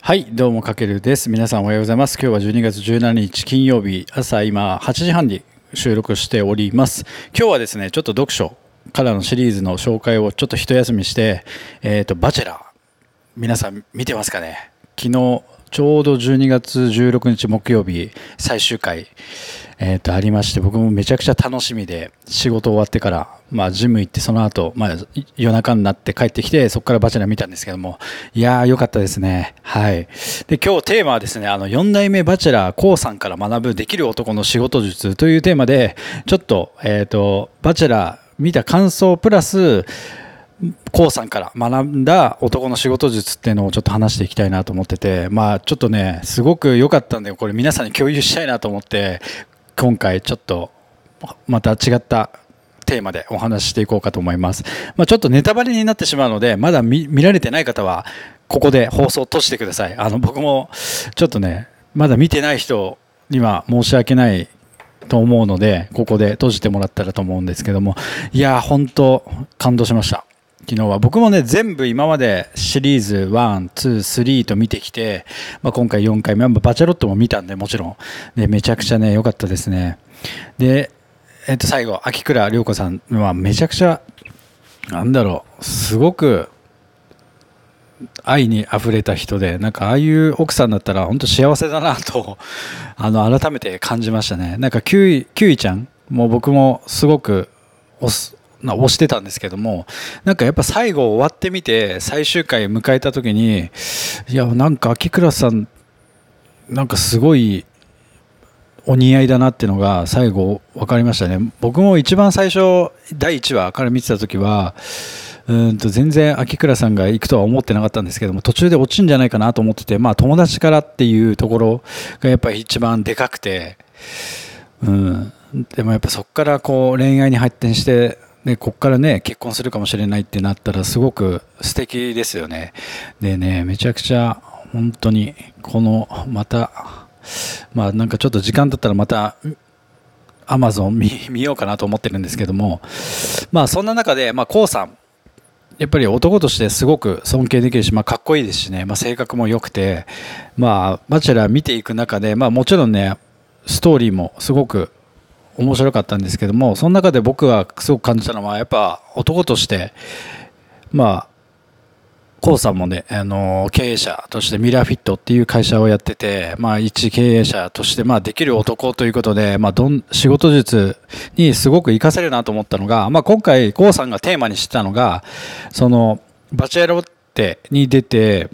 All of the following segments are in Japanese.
はい、どうも、かけるです。皆さんおはようございます。今日は12月17日金曜日、朝今8時半に収録しております。今日はですね、ちょっと読書からのシリーズの紹介をちょっと一休みして、バチェラー、皆さん見てますかね。昨日、ちょうど12月16日木曜日、最終回、ありまして、僕もめちゃくちゃ楽しみで、仕事終わってから、ジム行って、その後、夜中になって帰ってきて、そこからバチェラー見たんですけども、いやー、良かったですね。はい。で、今日テーマはですね、4代目バチェラー、コウさんから学ぶできる男の仕事術というテーマで、ちょっと、バチェラー見た感想プラス、コウさんから学んだ男の仕事術っていうのをちょっと話していきたいなと思ってて、ちょっとね、すごく良かったんで、これ皆さんに共有したいなと思って、今回ちょっとまた違ったテーマでお話ししていこうかと思います。ちょっとネタバレになってしまうので、まだ見られてない方は、ここで放送を閉じてください。僕もちょっとね、まだ見てない人には申し訳ないと思うので、ここで閉じてもらったらと思うんですけども、いやー、本当感動しました。昨日は僕もね、全部今までシリーズ1、2、3と見てきて、今回4回目、バチェロットも見たんで、もちろん。で、めちゃくちゃね、良かったですね。で、最後、秋倉涼子さんはめちゃくちゃ、すごく愛に溢れた人で、なんかああいう奥さんだったら本当幸せだなと、改めて感じましたね。なんかキュイちゃんも僕もすごく押してたんですけども、なんかやっぱ最後終わってみて最終回迎えた時に、いや、なんか秋倉さんなんかすごいお似合いだなっていうのが最後分かりましたね。僕も一番最初第1話から見てた時は全然秋倉さんが行くとは思ってなかったんですけども、途中で落ちるんじゃないかなと思ってて、友達からっていうところがやっぱり一番でかくて、でもやっぱそこからこう恋愛に発展して、でここからね結婚するかもしれないってなったらすごく素敵ですよね。でね、めちゃくちゃ本当にこのまたなんかちょっと時間だったらまたアマゾン見ようかなと思ってるんですけども、そんな中でコウさんやっぱり男としてすごく尊敬できるし、かっこいいですしね、性格も良くて、バチェラー見ていく中で、もちろんねストーリーもすごく面白かったんですけども、その中で僕がすごく感じたのはやっぱ男としてコウさんもね、経営者としてミラーフィットっていう会社をやってて、一経営者としてできる男ということで、仕事術にすごく活かせるなと思ったのが、今回コウさんがテーマにしてたのが、そのバチェロッテに出て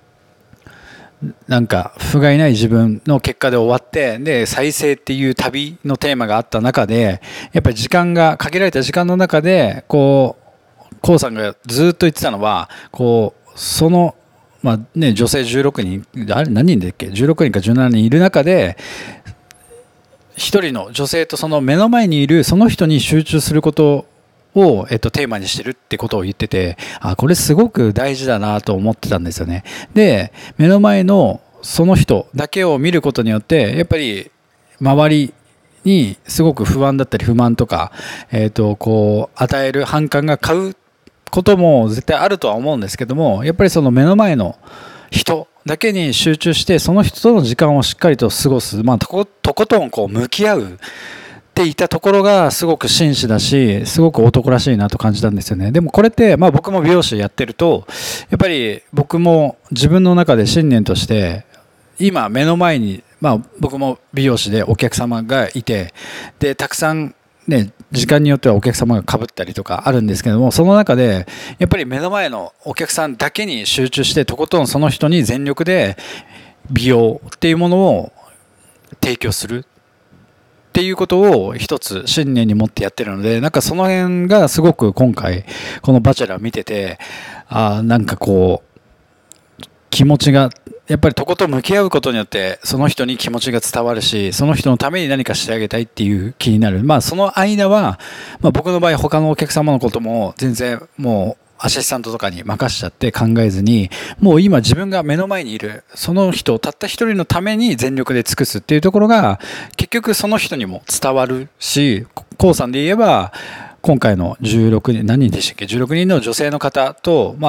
なんか不甲斐ない自分の結果で終わって、で再生っていう旅のテーマがあった中で、やっぱり限られた時間の中でコウさんがずっと言ってたのは、その女性16人、あれ何人だっけ、16人か17人いる中で一人の女性とその目の前にいるその人に集中することを、テーマにしてるってことを言ってて、これすごく大事だなと思ってたんですよね。で、目の前のその人だけを見ることによって、やっぱり周りにすごく不安だったり不満とか、与える反感が買うことも絶対あるとは思うんですけども、やっぱりその目の前の人だけに集中して、その人との時間をしっかりと過ごす、とことん向き合うっていったところがすごく紳士だし、すごく男らしいなと感じたんですよね。でもこれって僕も美容師やってると、やっぱり僕も自分の中で信念として、今目の前に僕も美容師でお客様がいて、でたくさんね、時間によってはお客様がかぶったりとかあるんですけども、その中でやっぱり目の前のお客さんだけに集中して、とことんその人に全力で美容っていうものを提供するっていうことを一つ信念に持ってやってるので、なんかその辺がすごく今回このバチェラー見てて、なんか気持ちがやっぱりとことん向き合うことによってその人に気持ちが伝わるし、その人のために何かしてあげたいっていう気になる。その間は、僕の場合他のお客様のことも全然もうアシスタントとかに任しちゃって考えずに、もう今自分が目の前にいるその人たった一人のために全力で尽くすっていうところが結局その人にも伝わるし、コウさんで言えば今回の16人、何人でしたっけ、16人の女性の方と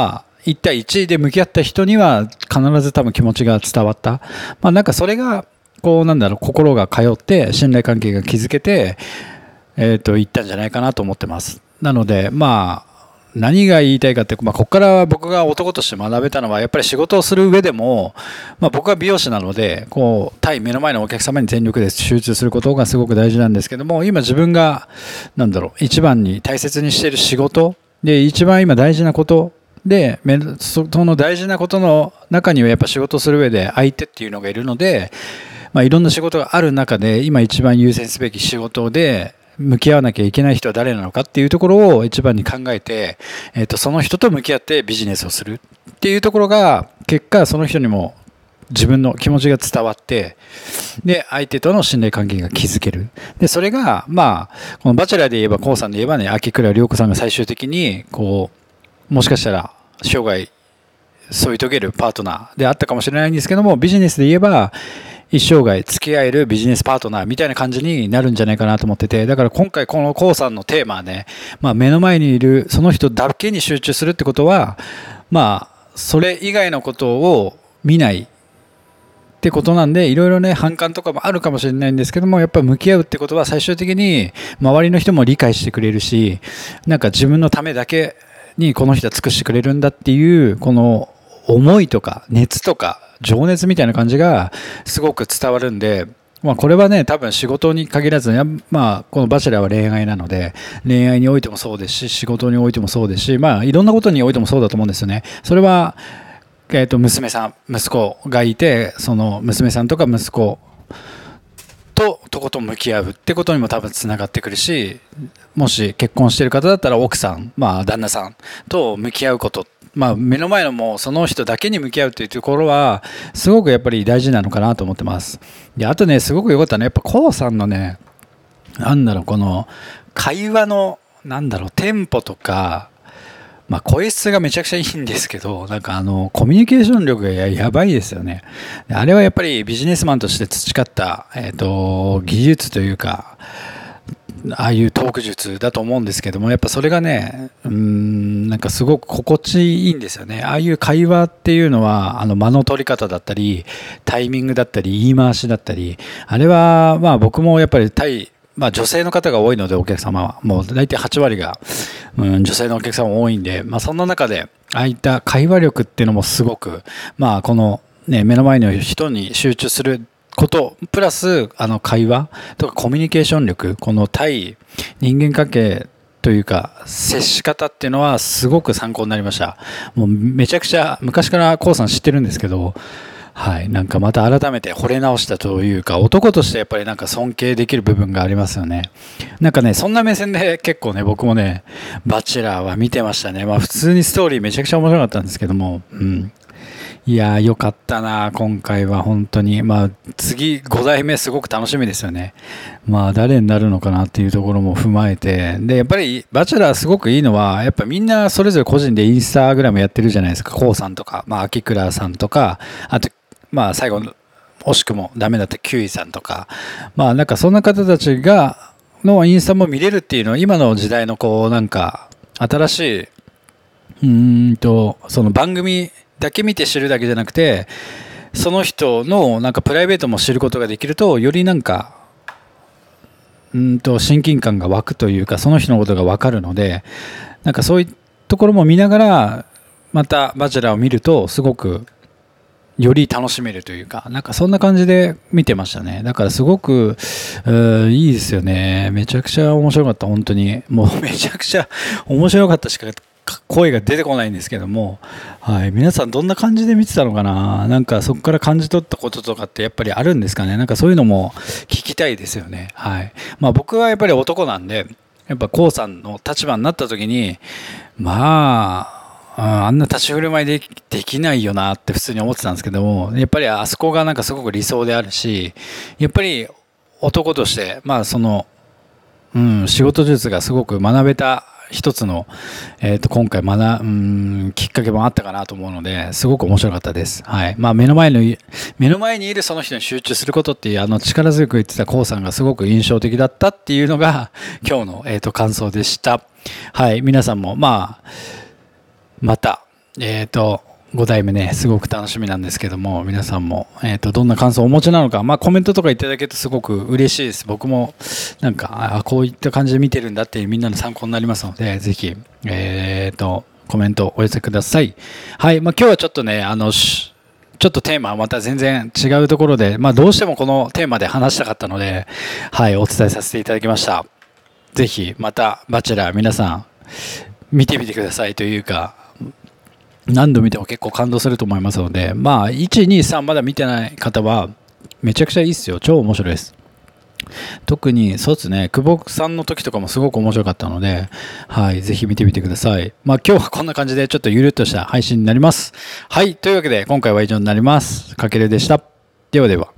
1対1で向き合った人には必ず多分気持ちが伝わった。なんかそれが、こうなんだろう、心が通って信頼関係が築けて、いったんじゃないかなと思ってます。なので、何が言いたいかって、ここから僕が男として学べたのは、やっぱり仕事をする上でも、僕は美容師なので、対目の前のお客様に全力で集中することがすごく大事なんですけども、今自分が、一番に大切にしている仕事で、一番今大事なことで、その大事なことの中にはやっぱ仕事をする上で相手っていうのがいるので、いろんな仕事がある中で、今一番優先すべき仕事で、向き合わなきゃいけない人は誰なのかっていうところを一番に考えて、その人と向き合ってビジネスをするっていうところが、結果その人にも自分の気持ちが伝わって、で、相手との信頼関係が築ける。で、それが、このバチェラーで言えば、コウさんで言えばね、秋倉涼子さんが最終的に、もしかしたら生涯添い遂げるパートナーであったかもしれないんですけども、ビジネスで言えば、一生涯付き合えるビジネスパートナーみたいな感じになるんじゃないかなと思ってて、だから今回このコウさんのテーマはね、目の前にいるその人だけに集中するってことは、それ以外のことを見ないってことなんで、いろいろね、反感とかもあるかもしれないんですけども、やっぱ向き合うってことは最終的に周りの人も理解してくれるし、なんか自分のためだけにこの人は尽くしてくれるんだっていう、この思いとか熱とか情熱みたいな感じがすごく伝わるんで、これはね、多分仕事に限らず、このバチェラーは恋愛なので、恋愛においてもそうですし、仕事においてもそうですし、いろんなことにおいてもそうだと思うんですよね。それは、娘さん、息子がいて、その娘さんとか息子とことん向き合うってことにも多分つながってくるし、もし結婚している方だったら奥さん、旦那さんと向き合うこと、目の前のもうその人だけに向き合うというところはすごくやっぱり大事なのかなと思ってます。で、あとね、すごく良かったね、やっぱコウさんのね、この会話のテンポとか、声質がめちゃくちゃいいんですけど、コミュニケーション力がやばいですよね。あれはやっぱりビジネスマンとして培った、技術というか、ああいうトーク術だと思うんですけども、やっぱそれがね、すごく心地いいんですよね。ああいう会話っていうのは、間の取り方だったり、タイミングだったり、言い回しだったり、あれは、僕もやっぱり女性の方が多いので、お客様は。もう大体8割が、女性のお客様多いんで、そんな中で、ああいった会話力っていうのもすごく、このね、目の前の人に集中することプラス会話とかコミュニケーション力、この対人間関係というか接し方っていうのはすごく参考になりました。もうめちゃくちゃ昔からコウさん知ってるんですけど、はい、また改めて惚れ直したというか、男としてやっぱり尊敬できる部分がありますよね。そんな目線で結構ね、僕もねバチェラーは見てましたね。普通にストーリーめちゃくちゃ面白かったんですけども、いやー、よかったな今回は本当に。次5代目すごく楽しみですよね。誰になるのかなっていうところも踏まえて、でやっぱりバチェラーすごくいいのは、やっぱみんなそれぞれ個人でインスタグラムやってるじゃないですか。コウさんとか、秋倉さんとか、あと最後惜しくもダメだったキュウイさんとか、そんな方たちがのインスタも見れるっていうのは、今の時代の新しいその番組だけ見て知るだけじゃなくて、その人のプライベートも知ることができると、より親近感が湧くというか、その人のことが分かるので、そういうところも見ながらまたバチェラーを見るとすごくより楽しめるというか、そんな感じで見てましたね。だからすごくいいですよね。めちゃくちゃ面白かった。本当にもうめちゃくちゃ面白かったしか声が出てこないんですけども、はい、皆さんどんな感じで見てたのかな。そこから感じ取ったこととかってやっぱりあるんですかね。そういうのも聞きたいですよね。はい。僕はやっぱり男なんで、やっぱコウさんの立場になった時に、あんな立ち振る舞いできないよなって普通に思ってたんですけども、やっぱりあそこがすごく理想であるし、やっぱり男として仕事術がすごく学べた一つの、今回きっかけもあったかなと思うので、すごく面白かったです。はい。目の前にいるその人に集中することっていう、力強く言ってたコウさんがすごく印象的だったっていうのが今日の、感想でした。はい。皆さんもまた 5代目ね、すごく楽しみなんですけども、皆さんも、どんな感想をお持ちなのか、コメントとかいただけるとすごく嬉しいです。僕も、こういった感じで見てるんだっていうみんなの参考になりますので、ぜひ、コメントをお寄せください。はい、今日はちょっとね、ちょっとテーマはまた全然違うところで、どうしてもこのテーマで話したかったので、はい、お伝えさせていただきました。ぜひ、また、バチェラー皆さん、見てみてくださいというか、何度見ても結構感動すると思いますので、1、2、3まだ見てない方は、めちゃくちゃいいっすよ。超面白いです。特に、そうですね、久保さんの時とかもすごく面白かったので、はい、ぜひ見てみてください。今日はこんな感じでちょっとゆるっとした配信になります。はい、というわけで今回は以上になります。かけるでした。ではでは。